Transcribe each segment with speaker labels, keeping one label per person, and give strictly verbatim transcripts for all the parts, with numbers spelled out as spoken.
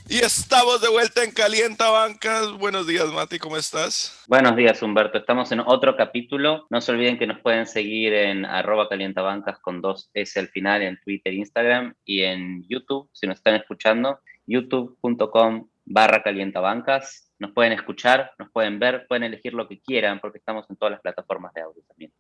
Speaker 1: Y estamos de vuelta en Calienta Bancas. Buenos días, Mati, ¿cómo estás?
Speaker 2: Buenos días, Humberto. Estamos en otro capítulo. No se olviden que nos pueden seguir en arroba calientabancas con dos S al final en Twitter, Instagram y en YouTube, si nos están escuchando, youtube.com barra calientabancas. Nos pueden escuchar, nos pueden ver, pueden elegir lo que quieran porque estamos en todas las plataformas de audio también.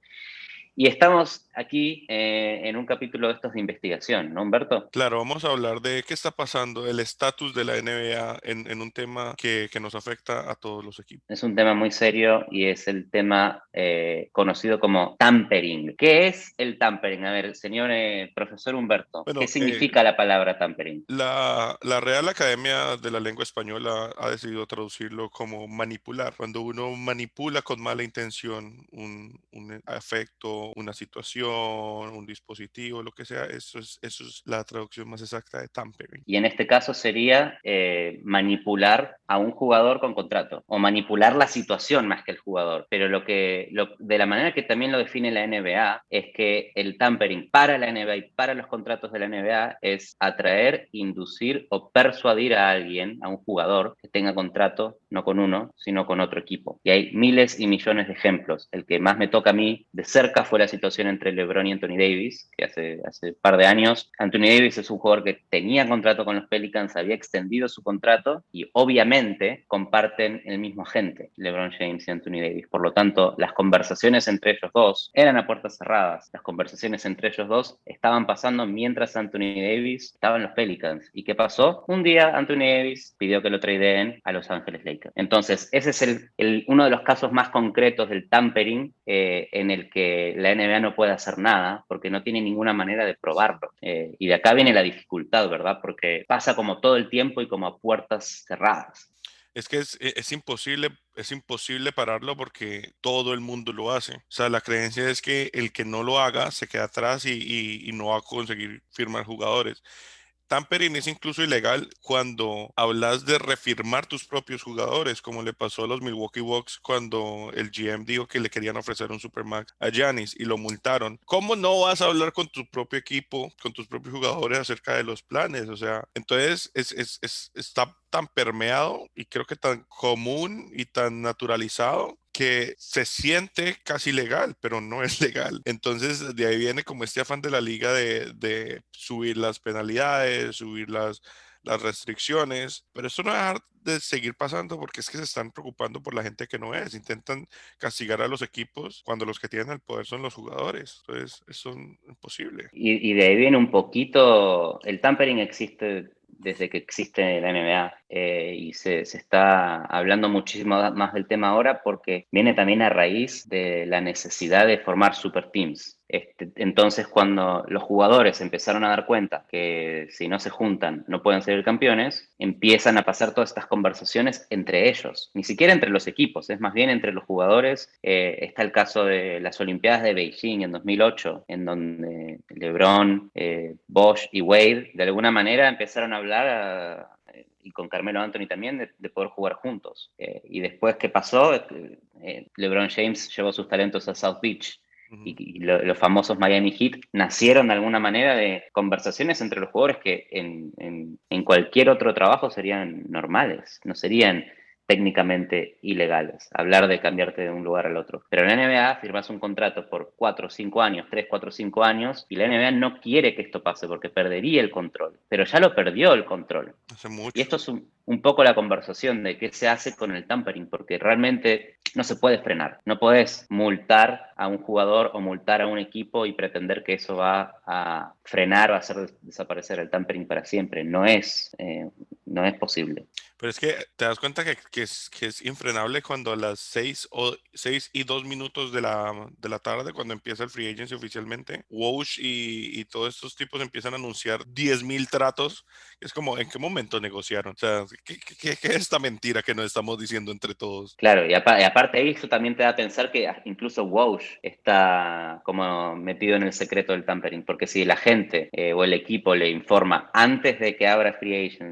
Speaker 2: Y estamos aquí eh, en un capítulo de estos de investigación, ¿no, Humberto?
Speaker 1: Claro, vamos a hablar de qué está pasando, el estatus de la N B A en, en un tema que, que nos afecta a todos los equipos.
Speaker 2: Es un tema muy serio y es el tema eh, conocido como tampering. ¿Qué es el tampering? A ver, señor eh, profesor Humberto, ¿qué
Speaker 1: Bueno, eh,
Speaker 2: significa la palabra tampering?
Speaker 1: la, la Real Academia de la Lengua Española ha decidido traducirlo como manipular. Cuando uno manipula con mala intención un, un afecto, una situación, un dispositivo, lo que sea, eso es, eso es la traducción más exacta de tampering.
Speaker 2: Y en este caso sería eh, manipular a un jugador con contrato o manipular la situación más que el jugador. Pero lo que, lo, de la manera que también lo define la N B A es que el tampering para la N B A y para los contratos de la N B A es atraer, inducir o persuadir a alguien, a un jugador que tenga contrato no con uno, sino con otro equipo. Y hay miles y millones de ejemplos. El que más me toca a mí de cerca fue la situación entre LeBron y Anthony Davis, que hace, hace un par de años. Anthony Davis es un jugador que tenía contrato con los Pelicans, había extendido su contrato y obviamente comparten el mismo agente, LeBron James y Anthony Davis. Por lo tanto, las conversaciones entre ellos dos eran a puertas cerradas. Las conversaciones entre ellos dos estaban pasando mientras Anthony Davis estaba en los Pelicans. ¿Y qué pasó? Un día Anthony Davis pidió que lo tradeen a Los Ángeles Lakers. Entonces, ese es el, el, uno de los casos más concretos del tampering eh, en el que la N B A no puede hacer nada porque no tiene ninguna manera de probarlo. Eh, y de acá viene la dificultad, ¿verdad? Porque pasa como todo el tiempo y como a puertas cerradas.
Speaker 1: Es que es, e- es imposible, es imposible pararlo porque todo el mundo lo hace. O sea, la creencia es que el que no lo haga se queda atrás y, y- y no va a conseguir firmar jugadores. Tampering es incluso ilegal cuando hablas de refirmar tus propios jugadores, como le pasó a los Milwaukee Bucks cuando el G M dijo que le querían ofrecer un Supermax a Giannis y lo multaron. ¿Cómo no vas a hablar con tu propio equipo, con tus propios jugadores acerca de los planes? O sea, entonces es, es, es- está tan permeado y creo que tan común y tan naturalizado que se siente casi legal, pero no es legal. Entonces, de ahí viene como este afán de la liga de, de subir las penalidades, subir las, las restricciones, pero esto no va a dejar de seguir pasando porque es que se están preocupando por la gente que no es. Intentan castigar a los equipos cuando los que tienen el poder son los jugadores. Entonces, eso es imposible.
Speaker 2: Y, y de ahí viene un poquito, el tampering existe desde que existe la N B A eh, y se, se está hablando muchísimo más del tema ahora porque viene también a raíz de la necesidad de formar super teams. Este, entonces, cuando los jugadores empezaron a dar cuenta que si no se juntan no pueden ser campeones, empiezan a pasar todas estas conversaciones entre ellos, ni siquiera entre los equipos, es más bien entre los jugadores. Eh, está el caso de las Olimpiadas de Beijing en dos mil ocho, en donde LeBron, eh, Bosch y Wade de alguna manera empezaron a hablar a, y con Carmelo Anthony también, de, de poder jugar juntos. Eh, y después, ¿qué pasó? Eh, LeBron James llevó sus talentos a South Beach
Speaker 1: Ujú.
Speaker 2: y, y lo, los famosos Miami Heat nacieron de alguna manera de conversaciones entre los jugadores que en, en, en cualquier otro trabajo serían normales, no serían técnicamente ilegales, hablar de cambiarte de un lugar al otro. Pero en la N B A firmas un contrato por cuatro o cinco años, tres, cuatro o cinco años, y la N B A no quiere que esto pase porque perdería el control, pero ya lo perdió el control.
Speaker 1: Hace
Speaker 2: Y
Speaker 1: mucho.
Speaker 2: esto es un, un poco la conversación de qué se hace con el tampering, porque realmente no se puede frenar. No podés multar a un jugador o multar a un equipo y pretender que eso va a frenar o a hacer desaparecer el tampering para siempre. No es, eh, no es posible.
Speaker 1: Pero es que te das cuenta que, que es, que es infrenable cuando a las seis o seis y dos minutos de la, de la tarde, cuando empieza el free agency oficialmente, Woj y, y todos estos tipos empiezan a anunciar diez mil tratos. Es como, ¿en qué momento negociaron? O sea, ¿qué, qué, qué- qué es esta mentira que nos estamos diciendo entre todos?
Speaker 2: Claro, y, apa- y aparte ahí eso también te da a pensar que incluso Woj está como metido en el secreto del tampering, porque si la gente eh, o el equipo le informa antes de que abra Free Agency todos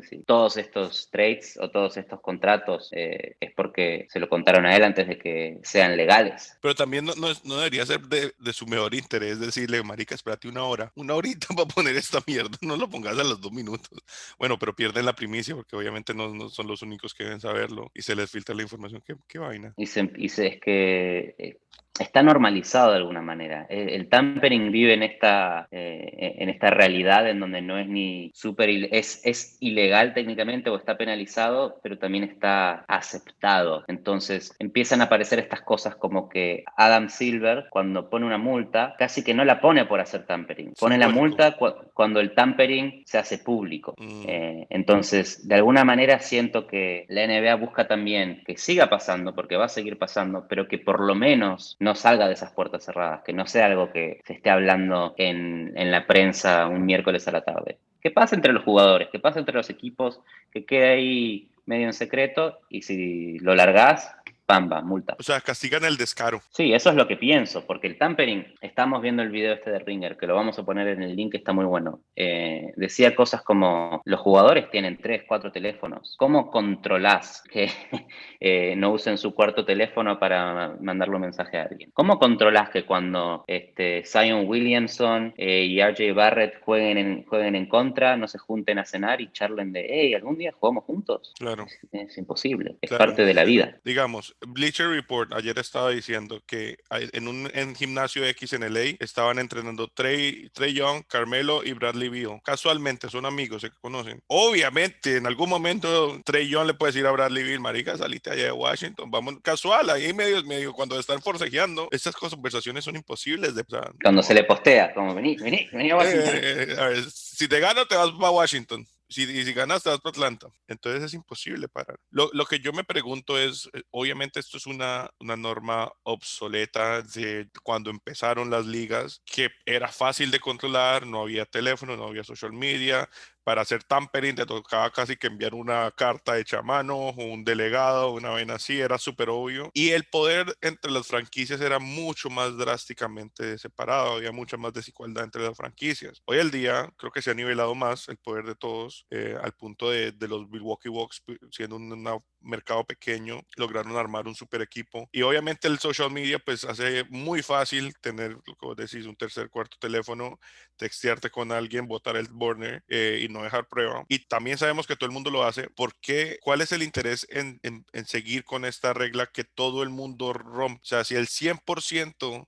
Speaker 2: todos estos trades o todos estos contratos eh, es porque se lo contaron a él antes de que sean legales.
Speaker 1: Pero también no, no, es- no debería ser de, de su mejor interés decirle, marica, espérate una hora, una horita para poner esta mierda, no lo pongas a los dos minutos. Bueno, pero pierden la primicia porque obviamente no, no son los únicos que deben saberlo y se les filtra la información. ¿Qué, qué vaina?
Speaker 2: Y, se, y se- es que eh, está normalizado de alguna manera. El, el tampering vive en esta, eh, en esta realidad en donde no es ni súper, il- es, es ilegal técnicamente o está penalizado, pero también está aceptado. Entonces empiezan a aparecer estas cosas como que Adam Silver, cuando pone una multa, casi que no la pone por hacer tampering. Pone la
Speaker 1: Simbólico.
Speaker 2: multa cu- cuando el tampering se hace público.
Speaker 1: Mm,
Speaker 2: Eh, entonces, de alguna manera siento que la N B A busca también que siga pasando, porque va a seguir pasando, pero que por lo menos no salga de esas puertas cerradas, que no sea algo que se esté hablando en, en la prensa un miércoles a la tarde. Que pase entre los jugadores, que pase entre los equipos, que quede ahí medio en secreto y si lo largás, pamba, multa.
Speaker 1: o sea, castigan el descaro.
Speaker 2: Sí, eso es lo que pienso, porque el tampering, estamos viendo el video este de Ringer, que lo vamos a poner en el link, que está muy bueno. Eh, decía cosas como, los jugadores tienen tres, cuatro teléfonos. ¿Cómo controlás que eh, no usen su cuarto teléfono para mandarle un mensaje a alguien? ¿Cómo controlás que cuando este, Zion Williamson eh, y R J Barrett jueguen en, jueguen en contra, no se junten a cenar y charlen de, hey, algún día jugamos juntos?
Speaker 1: Claro,
Speaker 2: Es, es imposible, es
Speaker 1: claro.
Speaker 2: parte de la vida.
Speaker 1: Digamos, Bleacher Report ayer estaba diciendo que hay- en un en gimnasio X en L A estaban entrenando Trey, Trey Young, Carmelo y Bradley Beal. Casualmente son amigos, se conocen. Obviamente, en algún momento Trey Young le puede decir a Bradley Beal, marica, salite allá de Washington, vamos casual, ahí medio, medio cuando están forcejeando. Estas conversaciones son imposibles de... o sea,
Speaker 2: Cuando se
Speaker 1: no.
Speaker 2: le postea, como vení, vení, vení a Washington.
Speaker 1: Eh, a ver, si te gano, te vas para Washington. Si, y si ganas, te vas para Atlanta. Entonces es imposible parar. Lo, lo que yo me pregunto es, eh, obviamente esto es una, una norma obsoleta de cuando empezaron las ligas, que era fácil de controlar, no había teléfono, no había social media. Para hacer tampering te tocaba casi que enviar una carta hecha a mano o un delegado, una vaina así, era súper obvio. Y el poder entre las franquicias era mucho más drásticamente separado, había mucha más desigualdad entre las franquicias. Hoy el día creo que se ha nivelado más el poder de todos eh, al punto de, de los Milwaukee Bucks siendo un una mercado pequeño, lograron armar un super equipo. Y obviamente el social media pues hace muy fácil tener, como decís, un tercer, cuarto teléfono, textearte con alguien, botar el burner eh, y no dejar prueba. Y también sabemos que todo el mundo lo hace. ¿Por qué? ¿Cuál es el interés en, en, en seguir con esta regla que todo el mundo rompe? O sea, si el cien por ciento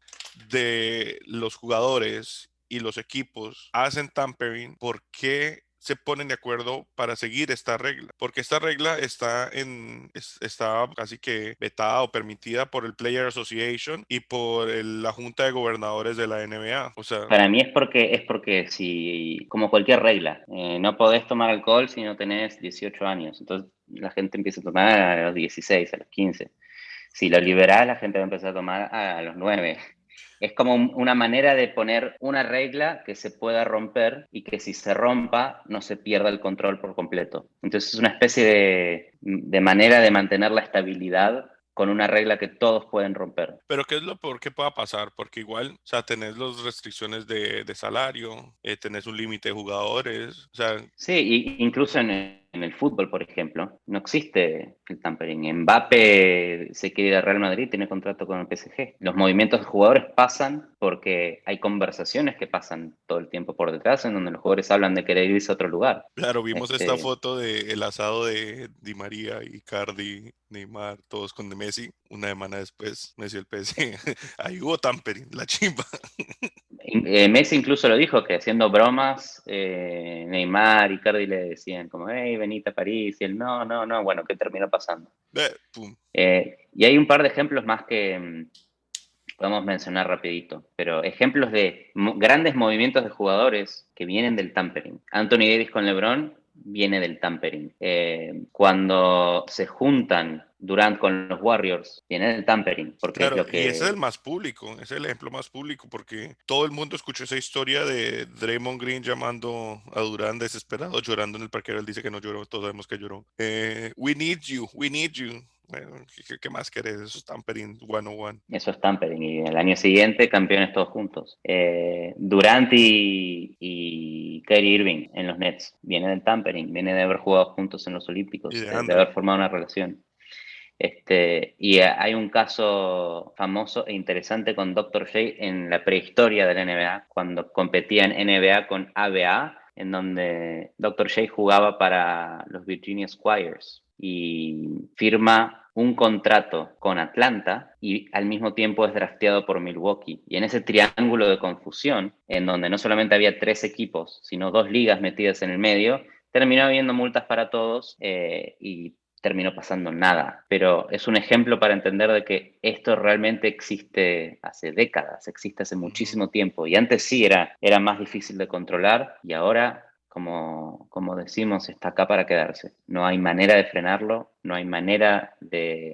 Speaker 1: de los jugadores y los equipos hacen tampering, ¿por qué se ponen de acuerdo para seguir esta regla? Porque esta regla está en es- está casi que vetada o permitida por el Player Association y por el- la Junta de Gobernadores de la N B A. O sea,
Speaker 2: Para mí es porque, es porque si, como cualquier regla, eh, no podés tomar alcohol si no tenés dieciocho años. Entonces la gente empieza a tomar a los dieciséis, a los quince. Si lo liberás, la gente va a empezar a tomar a los nueve. Es como un- una manera de poner una regla que se pueda romper y que si se rompa no se pierda el control por completo. Entonces es una especie de, de manera de mantener la estabilidad con una regla que todos pueden romper.
Speaker 1: pero ¿qué es lo peor que pueda pasar? Porque igual, o sea, tenés las restricciones de, de salario, eh, tenés un límite de jugadores, o sea,
Speaker 2: Sí, y incluso en el, en el fútbol, por ejemplo, no existe el tampering. Mbappé se quiere ir al Real Madrid, tiene contrato con el P S G. Los movimientos de jugadores pasan porque hay conversaciones que pasan todo el tiempo por detrás, en donde los jugadores hablan de querer irse a otro lugar.
Speaker 1: claro, vimos esta
Speaker 2: Este,
Speaker 1: foto del asado de Di María, Icardi, Neymar, todos con de Messi. Una semana después, Messi el P S G. Ahí hubo tampering, la chimba.
Speaker 2: eh, Messi incluso lo dijo, que haciendo bromas, eh, Neymar y Cardi le decían como, hey, venite a París, y él, no, no, no, bueno, ¿qué terminó pasando?
Speaker 1: Eh, pum.
Speaker 2: Eh, y hay un par de ejemplos más que mm, podemos mencionar rapidito, pero ejemplos de mo- grandes movimientos de jugadores que vienen del tampering. Anthony Davis con LeBron viene del tampering. Eh, cuando se juntan Durant con los Warriors, viene del tampering, porque es
Speaker 1: Claro,
Speaker 2: lo
Speaker 1: y ese es el
Speaker 2: que...
Speaker 1: más público, ese es el ejemplo más público, porque todo el mundo escuchó esa historia de Draymond Green llamando a Durant desesperado, llorando en el parquero. Él dice que no lloró, todos sabemos que lloró. Eh, we need you, we need you. Bueno, ¿qué, qué más querés? Eso es tampering ciento uno.
Speaker 2: Eso es tampering. Y el año siguiente, campeones todos juntos. Eh, Durant y, y y Kyrie Irving en los Nets. Viene del tampering, viene de haber jugado juntos en los Olímpicos,
Speaker 1: Y de
Speaker 2: de, de
Speaker 1: Andrew.
Speaker 2: haber formado una relación. Este, y hay un caso famoso e interesante con doctor J en la prehistoria de la N B A, cuando competía en N B A con A B A, en donde doctor J jugaba para los Virginia Squires y firma un contrato con Atlanta y al mismo tiempo es drafteado por Milwaukee. Y en ese triángulo de confusión, en donde no solamente había tres equipos, sino dos ligas metidas en el medio, terminó habiendo multas para todos eh, y terminó pasando nada. Pero es un ejemplo para entender de que esto realmente existe hace décadas, existe hace
Speaker 1: Ujú.
Speaker 2: muchísimo tiempo. Y antes sí era, era más difícil de controlar y ahora, como, como decimos, está acá para quedarse. No hay manera de frenarlo, no hay manera de,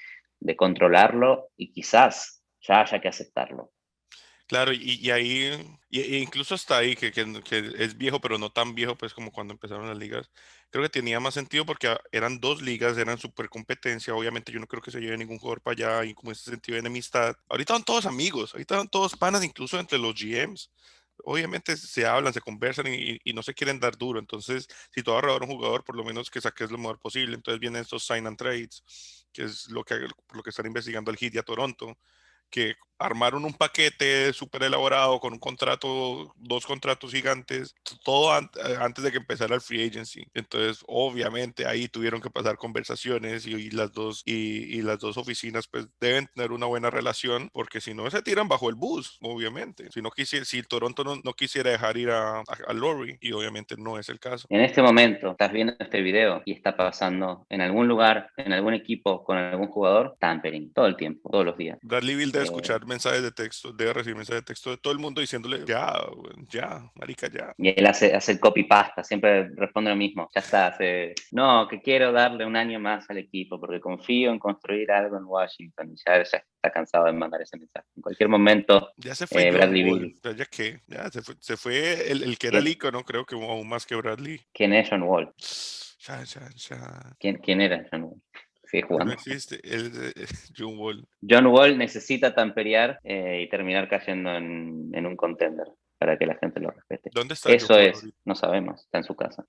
Speaker 2: de controlarlo y quizás ya haya que aceptarlo.
Speaker 1: Claro, y, y ahí, y, e incluso hasta ahí, que, que, que es viejo, pero no tan viejo, pues como cuando empezaron las ligas, creo que tenía más sentido porque ah, eran dos ligas, eran super competencia, obviamente yo no creo que se lleve ningún jugador para allá, y como ese sentido de enemistad. Ahorita van todos amigos, ahorita van todos panas, incluso entre los G Ms. Obviamente se hablan, se conversan y, y no se quieren dar duro, entonces si tú vas a robar un jugador, por lo menos que saques lo mejor posible, entonces vienen estos sign and trades, que es lo que, lo que están investigando el Heat y a Toronto, que armaron un paquete súper elaborado con un contrato, dos contratos gigantes, todo an- eh, antes de que empezara el free agency. Entonces, obviamente, ahí tuvieron que pasar conversaciones y, y las dos y, y las dos oficinas pues deben tener una buena relación porque si no se tiran bajo el bus, obviamente. Si no quisiera, si Toronto no, no quisiera dejar ir a, a, a Lowry y obviamente no es el caso.
Speaker 2: En este momento estás viendo este video y está pasando en algún lugar, en algún equipo, con algún jugador, tampering, todo el tiempo, todos los días.
Speaker 1: Bradley Beal debe
Speaker 2: Eh,
Speaker 1: escuchar mensajes de texto, debe recibir mensajes de texto de todo el mundo diciéndole, ya, ya, marica, ya.
Speaker 2: Y él hace, hace el copy-pasta, siempre responde lo mismo. Ya está, hace, no, que quiero darle un año más al equipo porque confío en construir algo en Washington. Y ya, ya está cansado de mandar ese mensaje. En cualquier momento,
Speaker 1: Ya se fue
Speaker 2: eh,
Speaker 1: John
Speaker 2: Bradley
Speaker 1: Wall.
Speaker 2: Beal,
Speaker 1: O sea, ya que, ya se fue, se fue el, el que era el
Speaker 2: ¿quién,
Speaker 1: ícono, creo que aún más que Bradley.
Speaker 2: quién es John Wall?
Speaker 1: Ya, ya, ya.
Speaker 2: ¿Quién, quién era John Wall? Sigue
Speaker 1: Ya no
Speaker 2: jugando.
Speaker 1: existe. El, eh, John Wall.
Speaker 2: John Wall necesita tamperiar eh, y terminar cayendo en, en un contender para que la gente lo respete.
Speaker 1: ¿Dónde está John
Speaker 2: Eso
Speaker 1: Wall
Speaker 2: es,
Speaker 1: ahorita?
Speaker 2: no sabemos, está en su casa.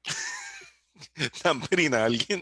Speaker 1: Tamperina a alguien.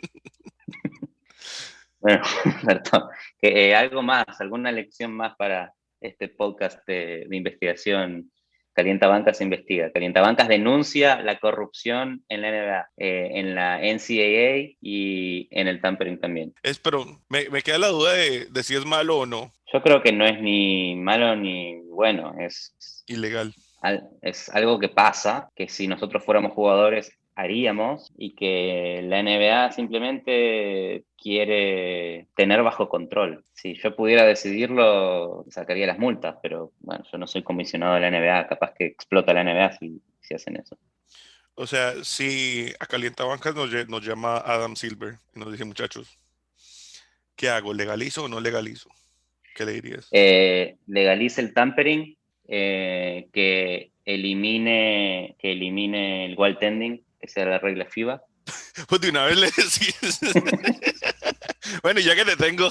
Speaker 2: Bueno, Berto, que, eh, algo más, alguna lección más para este podcast de, de investigación. Calientabancas investiga. Calientabancas denuncia la corrupción en la N B A, eh, en la N C A A y en el tampering también.
Speaker 1: Es, pero me, me queda la duda de, de si es malo o no.
Speaker 2: Yo creo que no es ni malo ni bueno, es,
Speaker 1: Ilegal.
Speaker 2: al- es algo que pasa, que si nosotros fuéramos jugadores haríamos y que la N B A simplemente quiere tener bajo control. Si yo pudiera decidirlo, sacaría las multas, pero bueno, yo no soy comisionado de la N B A, capaz que explota la N B A si, si hacen eso.
Speaker 1: O sea, si a Calientabancas nos, lle- nos llama Adam Silver y nos dice, muchachos, ¿qué hago? ¿Legalizo o no legalizo? ¿Qué le dirías?
Speaker 2: Eh, legalice el tampering, eh, que elimine, que elimine el goaltending, que sea la regla FIBA.
Speaker 1: Pues de una vez le decís. Bueno, y ya que te tengo.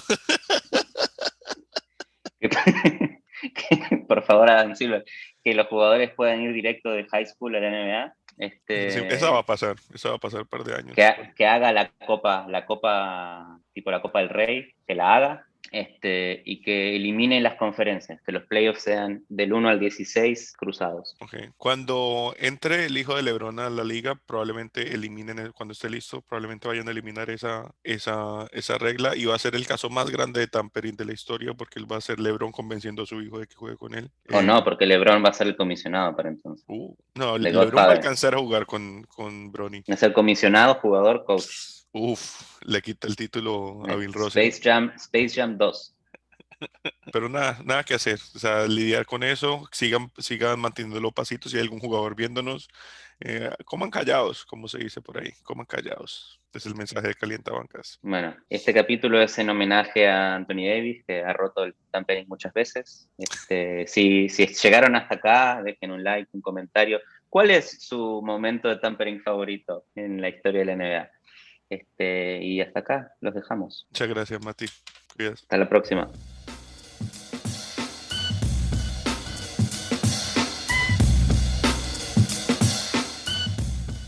Speaker 2: Que, que, por favor, Adam Silver, que los jugadores puedan ir directo de high school a la N B A,
Speaker 1: Sí, esa va a
Speaker 2: este,
Speaker 1: pasar, esa va a pasar un par de
Speaker 2: que,
Speaker 1: años.
Speaker 2: ha- que haga la copa, la copa, tipo la Copa del Rey, que la haga, este, y que elimine las conferencias, que los playoffs sean del uno al dieciséis cruzados.
Speaker 1: Ok. Cuando entre el hijo de LeBron a la liga, probablemente eliminen, el- cuando esté listo, probablemente vayan a eliminar esa, esa, esa regla y va a ser el caso más grande de tampering de la historia porque él va a ser LeBron convenciendo a su hijo de que juegue con él.
Speaker 2: O
Speaker 1: Eh,
Speaker 2: no, porque LeBron va a ser el comisionado para entonces.
Speaker 1: uh, no,
Speaker 2: The
Speaker 1: LeBron va a
Speaker 2: Godfather.
Speaker 1: alcanzar a jugar con, con Bronny.
Speaker 2: Va a ser comisionado, jugador, coach.
Speaker 1: Uf, le quita el título a
Speaker 2: Eh,
Speaker 1: Bill Russell.
Speaker 2: Space Jam, Space Jam dos.
Speaker 1: Pero nada, nada que hacer. O sea, lidiar con eso, sigan, sigan manteniendo los pasitos. Si hay algún jugador viéndonos, eh, coman callados, como se dice por ahí, coman callados. Es el mensaje de Calientabancas.
Speaker 2: Bueno, este capítulo es en homenaje a Anthony Davis, que ha roto el tampering muchas veces. Este, si, si llegaron hasta acá, dejen un like, un comentario. ¿Cuál es su momento de tampering favorito en la historia de la N B A? Este, y hasta acá los dejamos.
Speaker 1: Muchas gracias, Mati. Cuidas.
Speaker 2: Hasta la próxima.